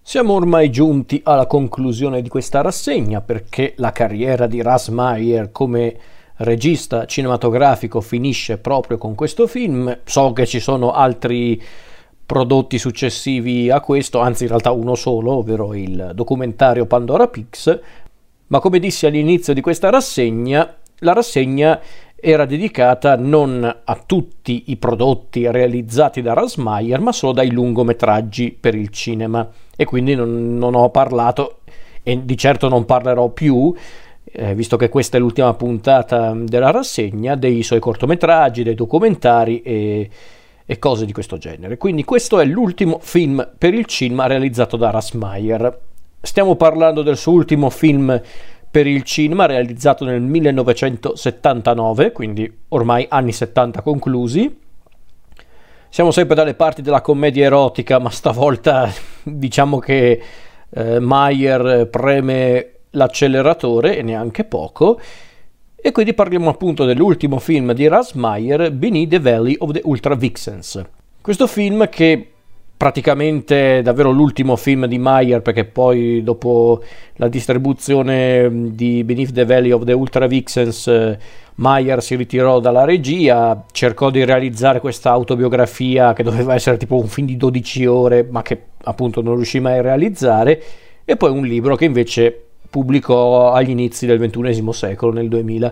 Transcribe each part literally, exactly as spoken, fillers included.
Siamo ormai giunti alla conclusione di questa rassegna, perché la carriera di Russ Meyer come regista cinematografico finisce proprio con questo film. So che ci sono altri prodotti successivi a questo, anzi in realtà uno solo, ovvero il documentario Pandora Pix, ma come dissi all'inizio di questa rassegna, la rassegna era dedicata non a tutti i prodotti realizzati da Russ Meyer, ma solo dai lungometraggi per il cinema, e quindi non, non ho parlato, e di certo non parlerò più, eh, visto che questa è l'ultima puntata della rassegna, dei suoi cortometraggi, dei documentari e, e cose di questo genere. Quindi questo è l'ultimo film per il cinema realizzato da Russ Meyer. Stiamo parlando del suo ultimo film per il cinema, realizzato nel millenovecentosettantanove, quindi ormai anni settanta conclusi. Siamo sempre dalle parti della commedia erotica, ma stavolta diciamo che eh, Meyer preme l'acceleratore, e neanche poco, e quindi parliamo appunto dell'ultimo film di Russ Meyer, Beneath the Valley of the Ultra Vixens. Questo film che praticamente è davvero l'ultimo film di Meyer, perché poi dopo la distribuzione di Beneath the Valley of the Ultra Vixens Meyer si ritirò dalla regia, cercò di realizzare questa autobiografia che doveva essere tipo un film di dodici ore, ma che appunto non riuscì mai a realizzare, e poi un libro che invece pubblicò agli inizi del ventunesimo secolo, nel duemila.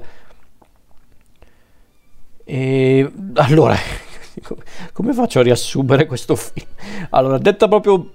E allora come faccio a riassumere questo film? Allora, detta proprio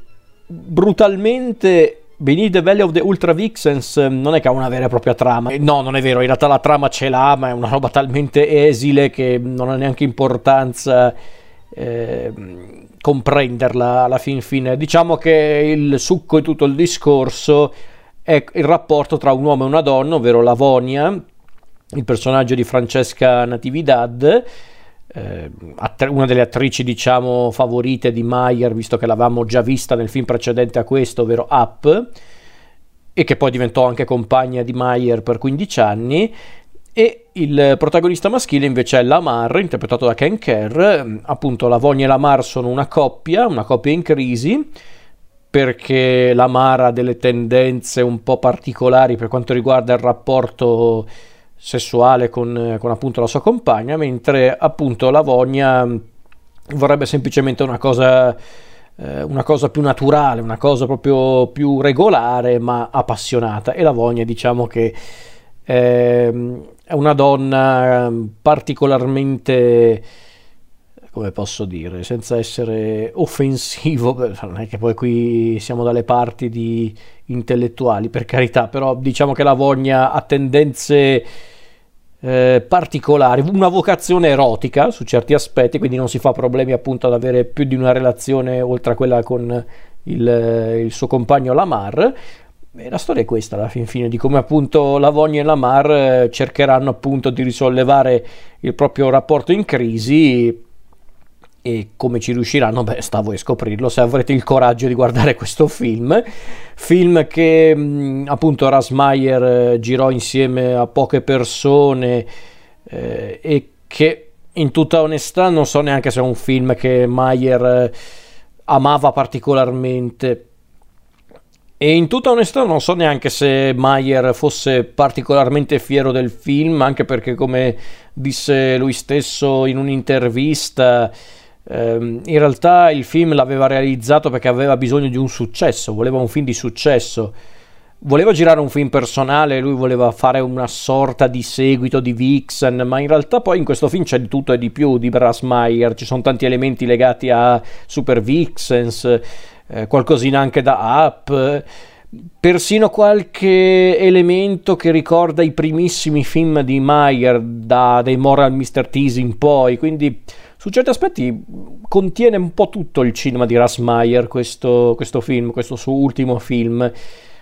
brutalmente, Beneath the Valley of the Ultra Vixens non è che ha una vera e propria trama. No, non è vero, in realtà la trama ce l'ha, ma è una roba talmente esile che non ha neanche importanza eh, comprenderla alla fin fine. Diciamo che il succo di tutto il discorso è il rapporto tra un uomo e una donna, ovvero Lavonia, il personaggio di Francesca Natividad, Eh, una delle attrici diciamo favorite di Meyer, visto che l'avevamo già vista nel film precedente a questo, ovvero Up, e che poi diventò anche compagna di Meyer per quindici anni. E il protagonista maschile invece è Lamar, interpretato da Ken Kerr. Appunto Lavonia e Lamar sono una coppia, una coppia in crisi, perché Lamar ha delle tendenze un po' particolari per quanto riguarda il rapporto sessuale con, con appunto la sua compagna, mentre appunto Lavonia vorrebbe semplicemente una cosa eh, una cosa più naturale, una cosa proprio più regolare ma appassionata. E Lavonia, diciamo che è, è una donna particolarmente, come posso dire, senza essere offensivo, non è che poi qui siamo dalle parti di intellettuali, per carità, però diciamo che Lavonia ha tendenze eh, particolari, una vocazione erotica su certi aspetti, quindi non si fa problemi appunto ad avere più di una relazione oltre a quella con il, il suo compagno Lamar. E la storia è questa alla fin fine, di come appunto Lavonia e Lamar cercheranno appunto di risollevare il proprio rapporto in crisi. E come ci riusciranno? Beh, sta a voi scoprirlo, se avrete il coraggio di guardare questo film. Film che mh, appunto Russ Meyer eh, girò insieme a poche persone eh, e che in tutta onestà non so neanche se è un film che Meyer eh, amava particolarmente. E in tutta onestà non so neanche se Meyer fosse particolarmente fiero del film, anche perché, come disse lui stesso in un'intervista, in realtà il film l'aveva realizzato perché aveva bisogno di un successo, voleva un film di successo, voleva girare un film personale, lui voleva fare una sorta di seguito di Vixen, ma in realtà poi in questo film c'è di tutto e di più di Russ Meyer, ci sono tanti elementi legati a Super Vixens, eh, qualcosina anche da Up, persino qualche elemento che ricorda i primissimi film di Meyer, da dei Moral mister Tease in poi, quindi su certi aspetti contiene un po' tutto il cinema di Russ Meyer questo, questo film, questo suo ultimo film,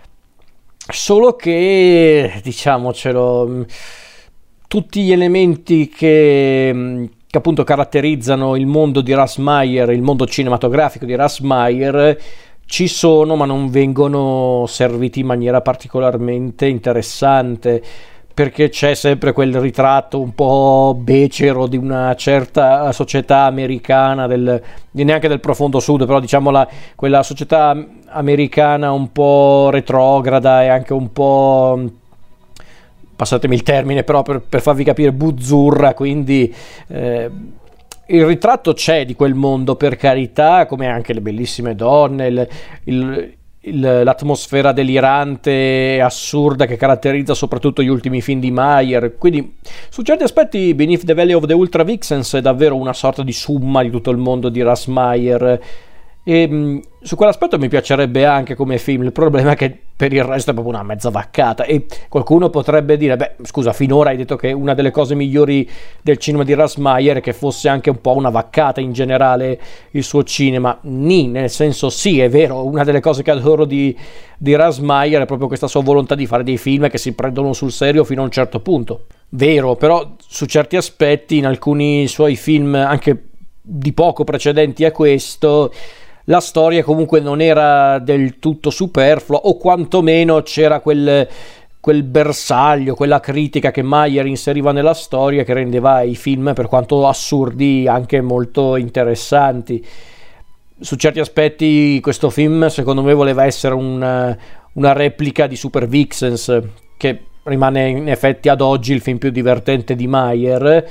solo che, diciamocelo, tutti gli elementi che, che appunto caratterizzano il mondo di Russ Meyer, il mondo cinematografico di Russ Meyer, ci sono, ma non vengono serviti in maniera particolarmente interessante, perché c'è sempre quel ritratto un po' becero di una certa società americana, del, neanche del profondo sud, però diciamo la, quella società americana un po' retrograda e anche un po', passatemi il termine, però per, per farvi capire, buzzurra, quindi eh, il ritratto c'è di quel mondo, per carità, come anche le bellissime donne, il, il, il, l'atmosfera delirante e assurda che caratterizza soprattutto gli ultimi film di Meyer. Quindi su certi aspetti Beneath the Valley of the Ultra Vixens è davvero una sorta di summa di tutto il mondo di Russ Meyer, e mh, su quell'aspetto mi piacerebbe anche come film. Il problema è che per il resto è proprio una mezza vaccata, e qualcuno potrebbe dire: beh, scusa, finora hai detto che una delle cose migliori del cinema di Russ Meyer è che fosse anche un po' una vaccata in generale il suo cinema. Nì, nel senso, sì, è vero, una delle cose che adoro di, di Russ Meyer è proprio questa sua volontà di fare dei film che si prendono sul serio fino a un certo punto. Vero, però su certi aspetti, in alcuni suoi film anche di poco precedenti a questo, la storia comunque non era del tutto superflua, o quantomeno c'era quel, quel bersaglio, quella critica che Meyer inseriva nella storia, che rendeva i film, per quanto assurdi, anche molto interessanti. Su certi aspetti questo film secondo me voleva essere una, una replica di Super Vixens, che rimane in effetti ad oggi il film più divertente di Meyer,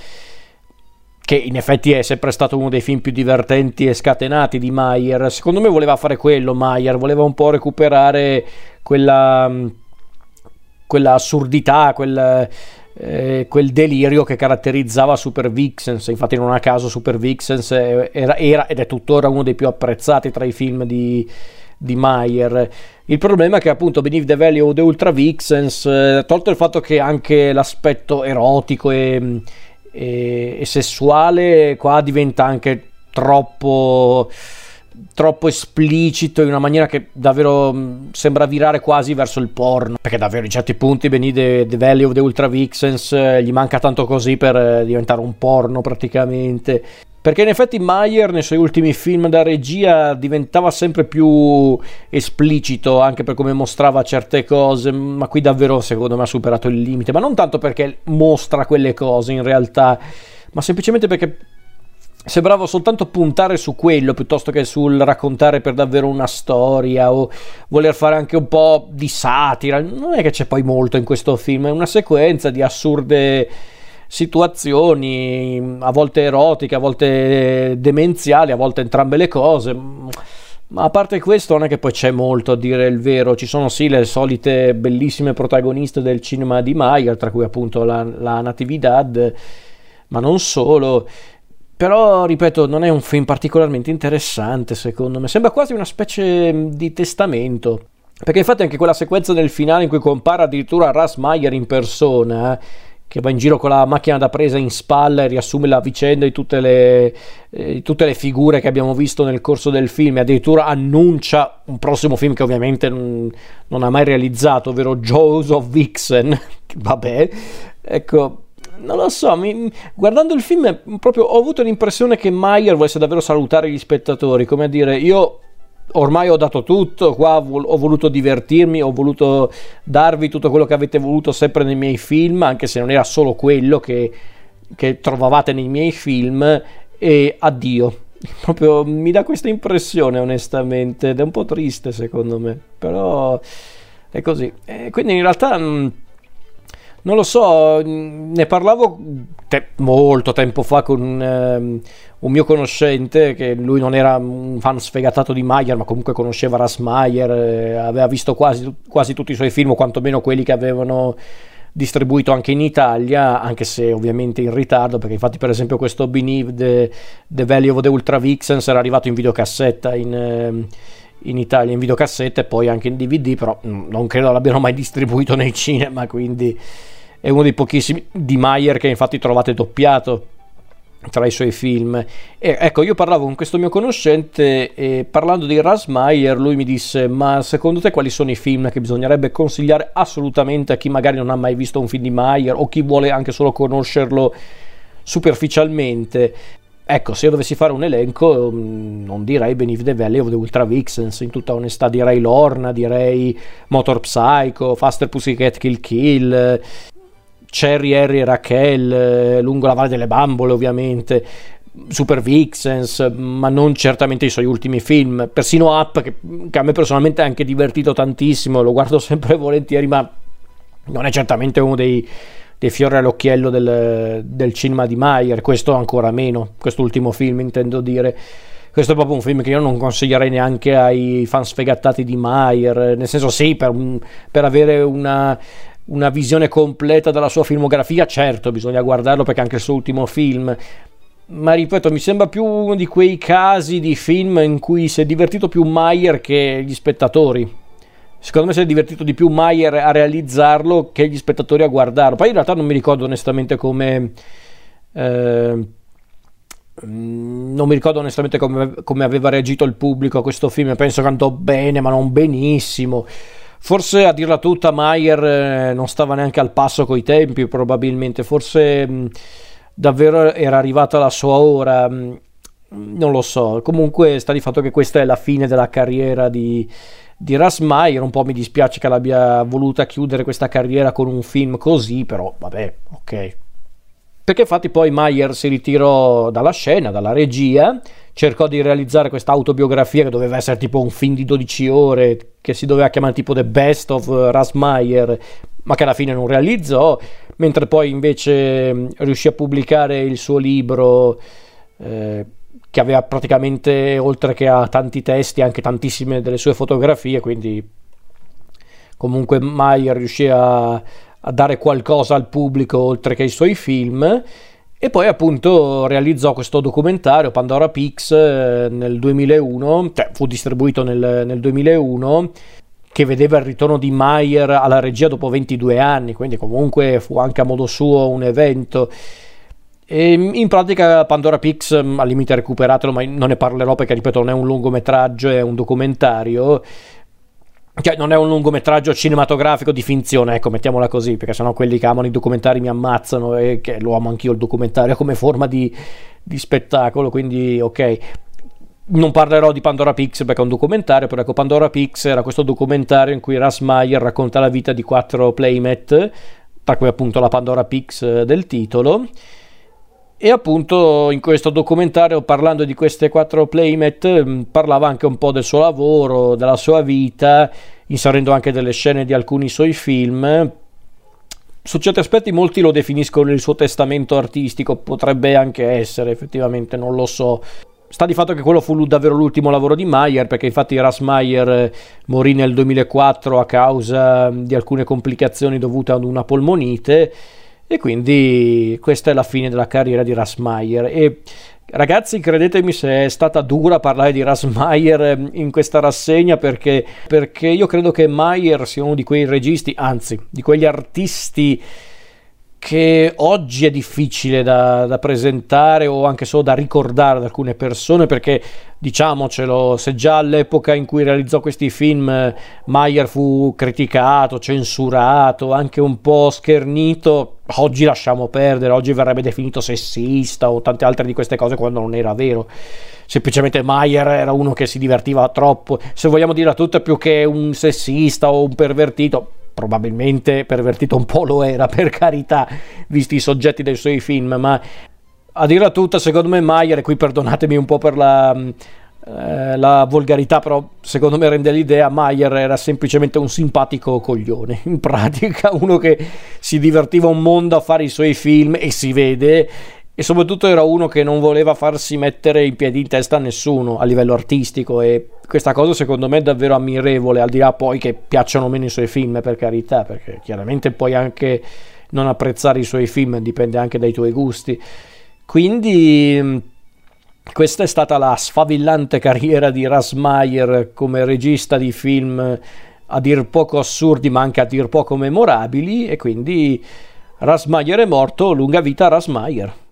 che in effetti è sempre stato uno dei film più divertenti e scatenati di Meyer. Secondo me voleva fare quello Meyer, voleva un po' recuperare quella, quella assurdità, quel, eh, quel delirio che caratterizzava Super Vixens. Infatti non a caso Super Vixens era, era ed è tuttora uno dei più apprezzati tra i film di, di Meyer. Il problema è che appunto Beneath the Valley of the Ultra Vixens, eh, tolto il fatto che anche l'aspetto erotico e E, e sessuale qua diventa anche troppo troppo esplicito, in una maniera che davvero mh, sembra virare quasi verso il porno, perché davvero in certi punti Beneath the, the Valley of the Ultra Vixens eh, gli manca tanto così per eh, diventare un porno praticamente, perché in effetti Meyer nei suoi ultimi film da regia diventava sempre più esplicito anche per come mostrava certe cose, ma qui davvero secondo me ha superato il limite, ma non tanto perché mostra quelle cose in realtà, ma semplicemente perché sembrava soltanto puntare su quello piuttosto che sul raccontare per davvero una storia o voler fare anche un po' di satira. Non è che c'è poi molto in questo film, è una sequenza di assurde situazioni, a volte erotiche, a volte demenziali, a volte entrambe le cose, ma a parte questo non è che poi c'è molto, a dire il vero. Ci sono sì le solite bellissime protagoniste del cinema di Meyer, tra cui appunto la, la Natividad, ma non solo. Però ripeto, non è un film particolarmente interessante secondo me, sembra quasi una specie di testamento, perché infatti anche quella sequenza del finale in cui compare addirittura Russ Meyer in persona, che va in giro con la macchina da presa in spalla e riassume la vicenda di tutte le, eh, di tutte le figure che abbiamo visto nel corso del film, e addirittura annuncia un prossimo film che ovviamente non, non ha mai realizzato, ovvero Jaws of Vixen. Vabbè, ecco, non lo so, mi, guardando il film proprio ho avuto l'impressione che Meyer volesse davvero salutare gli spettatori, come a dire: io ormai ho dato tutto, qua ho voluto divertirmi, ho voluto darvi tutto quello che avete voluto sempre nei miei film, anche se non era solo quello che, che trovavate nei miei film, e addio. Proprio mi dà questa impressione onestamente, ed è un po' triste secondo me, però è così. E quindi in realtà non lo so, ne parlavo te- molto tempo fa con um, un mio conoscente, che lui non era un fan sfegatato di Meyer, ma comunque conosceva Russ Meyer, eh, aveva visto quasi, quasi tutti i suoi film, o quantomeno quelli che avevano distribuito anche in Italia, anche se ovviamente in ritardo, perché infatti per esempio questo Beneath the, the Valley of the Ultra Vixens era arrivato in videocassetta in, in Italia, in videocassetta, e poi anche in D V D, però non credo l'abbiano mai distribuito nei cinema, quindi è uno dei pochissimi di Meyer che infatti trovate doppiato tra i suoi film. E ecco, io parlavo con questo mio conoscente e parlando di Russ Meyer lui mi disse: ma secondo te quali sono i film che bisognerebbe consigliare assolutamente a chi magari non ha mai visto un film di Meyer, o chi vuole anche solo conoscerlo superficialmente? Ecco, se io dovessi fare un elenco, non direi Beneath the Valley of the Ultra Vixens, in tutta onestà direi Lorna, direi Motor Psycho, Faster Pussycat Kill Kill, Cherry, Harry e Raquel, Lungo la Valle delle Bambole ovviamente, Super Vixens, ma non certamente i suoi ultimi film. Persino Up, che, che a me personalmente ha anche divertito tantissimo, lo guardo sempre volentieri, ma non è certamente uno dei, dei fiori all'occhiello del, del cinema di Meyer. Questo ancora meno, quest'ultimo film intendo dire. Questo è proprio un film che io non consiglierei neanche ai fan sfegattati di Meyer, nel senso sì, per, per avere una, una visione completa della sua filmografia, certo, bisogna guardarlo perché anche il suo ultimo film, ma ripeto, mi sembra più uno di quei casi di film in cui si è divertito più Meyer che gli spettatori. Secondo me si è divertito di più Meyer a realizzarlo che gli spettatori a guardarlo. Poi in realtà non mi ricordo onestamente come... Eh, non mi ricordo onestamente come, come aveva reagito il pubblico a questo film. Penso che andò bene, ma non benissimo. Forse, a dirla tutta, Meyer eh, non stava neanche al passo coi tempi, probabilmente. Forse mh, davvero era arrivata la sua ora, mh, non lo so. Comunque sta di fatto che questa è la fine della carriera di, di Russ Meyer. Un po' mi dispiace che l'abbia voluta chiudere questa carriera con un film così, però vabbè, ok. Perché infatti poi Meyer si ritirò dalla scena, dalla regia, cercò di realizzare questa autobiografia che doveva essere tipo un film di dodici ore, che si doveva chiamare tipo The Best of Russ Meyer, ma che alla fine non realizzò, mentre poi invece riuscì a pubblicare il suo libro, eh, che aveva praticamente, oltre che a tanti testi, anche tantissime delle sue fotografie, quindi comunque Meyer riuscì a... a dare qualcosa al pubblico oltre che ai suoi film. E poi appunto realizzò questo documentario Pandora Pix nel duemilauno, cioè fu distribuito nel, nel duemilauno, che vedeva il ritorno di Meyer alla regia dopo ventidue anni, quindi comunque fu anche a modo suo un evento. E in pratica Pandora Pix, al limite recuperatelo, ma non ne parlerò perché ripeto non è un lungometraggio, è un documentario. Cioè non è un lungometraggio cinematografico di finzione, ecco, mettiamola così, perché sennò quelli che amano i documentari mi ammazzano, e che lo amo anch'io il documentario come forma di, di spettacolo, quindi ok. Non parlerò di Pandora Pix perché è un documentario, però ecco, Pandora Pix era questo documentario in cui Russ Meyer racconta la vita di quattro playmate, tra cui appunto la Pandora Pix del titolo. E appunto in questo documentario, parlando di queste quattro playmate, parlava anche un po' del suo lavoro, della sua vita, inserendo anche delle scene di alcuni suoi film. Su certi aspetti molti lo definiscono il suo testamento artistico, potrebbe anche essere, effettivamente, non lo so. Sta di fatto che quello fu davvero l'ultimo lavoro di Meyer, perché infatti Russ Meyer morì nel duemilaquattro a causa di alcune complicazioni dovute ad una polmonite. E quindi questa è la fine della carriera di Russ Meyer. E ragazzi, credetemi se è stata dura parlare di Russ Meyer in questa rassegna, perché, perché io credo che Meyer sia uno di quei registi, anzi di quegli artisti che oggi è difficile da, da presentare o anche solo da ricordare ad alcune persone, perché diciamocelo, se già all'epoca in cui realizzò questi film Meyer fu criticato, censurato, anche un po' schernito, oggi lasciamo perdere, oggi verrebbe definito sessista o tante altre di queste cose, quando non era vero. Semplicemente Meyer era uno che si divertiva troppo, se vogliamo dirla tutta, più che un sessista o un pervertito. Probabilmente pervertito un po' lo era, per carità, visti i soggetti dei suoi film, ma a dirla tutta, secondo me Meyer, e qui perdonatemi un po' per la, eh, la volgarità, però secondo me rende l'idea, Meyer era semplicemente un simpatico coglione, in pratica, uno che si divertiva un mondo a fare i suoi film, e si vede, e soprattutto era uno che non voleva farsi mettere i piedi in testa a nessuno a livello artistico, e questa cosa secondo me è davvero ammirevole, al di là poi che piacciono o meno i suoi film, per carità, perché chiaramente puoi anche non apprezzare i suoi film, dipende anche dai tuoi gusti. Quindi questa è stata la sfavillante carriera di Russ Meyer come regista di film a dir poco assurdi ma anche a dir poco memorabili, e quindi Russ Meyer è morto, lunga vita a Russ Meyer.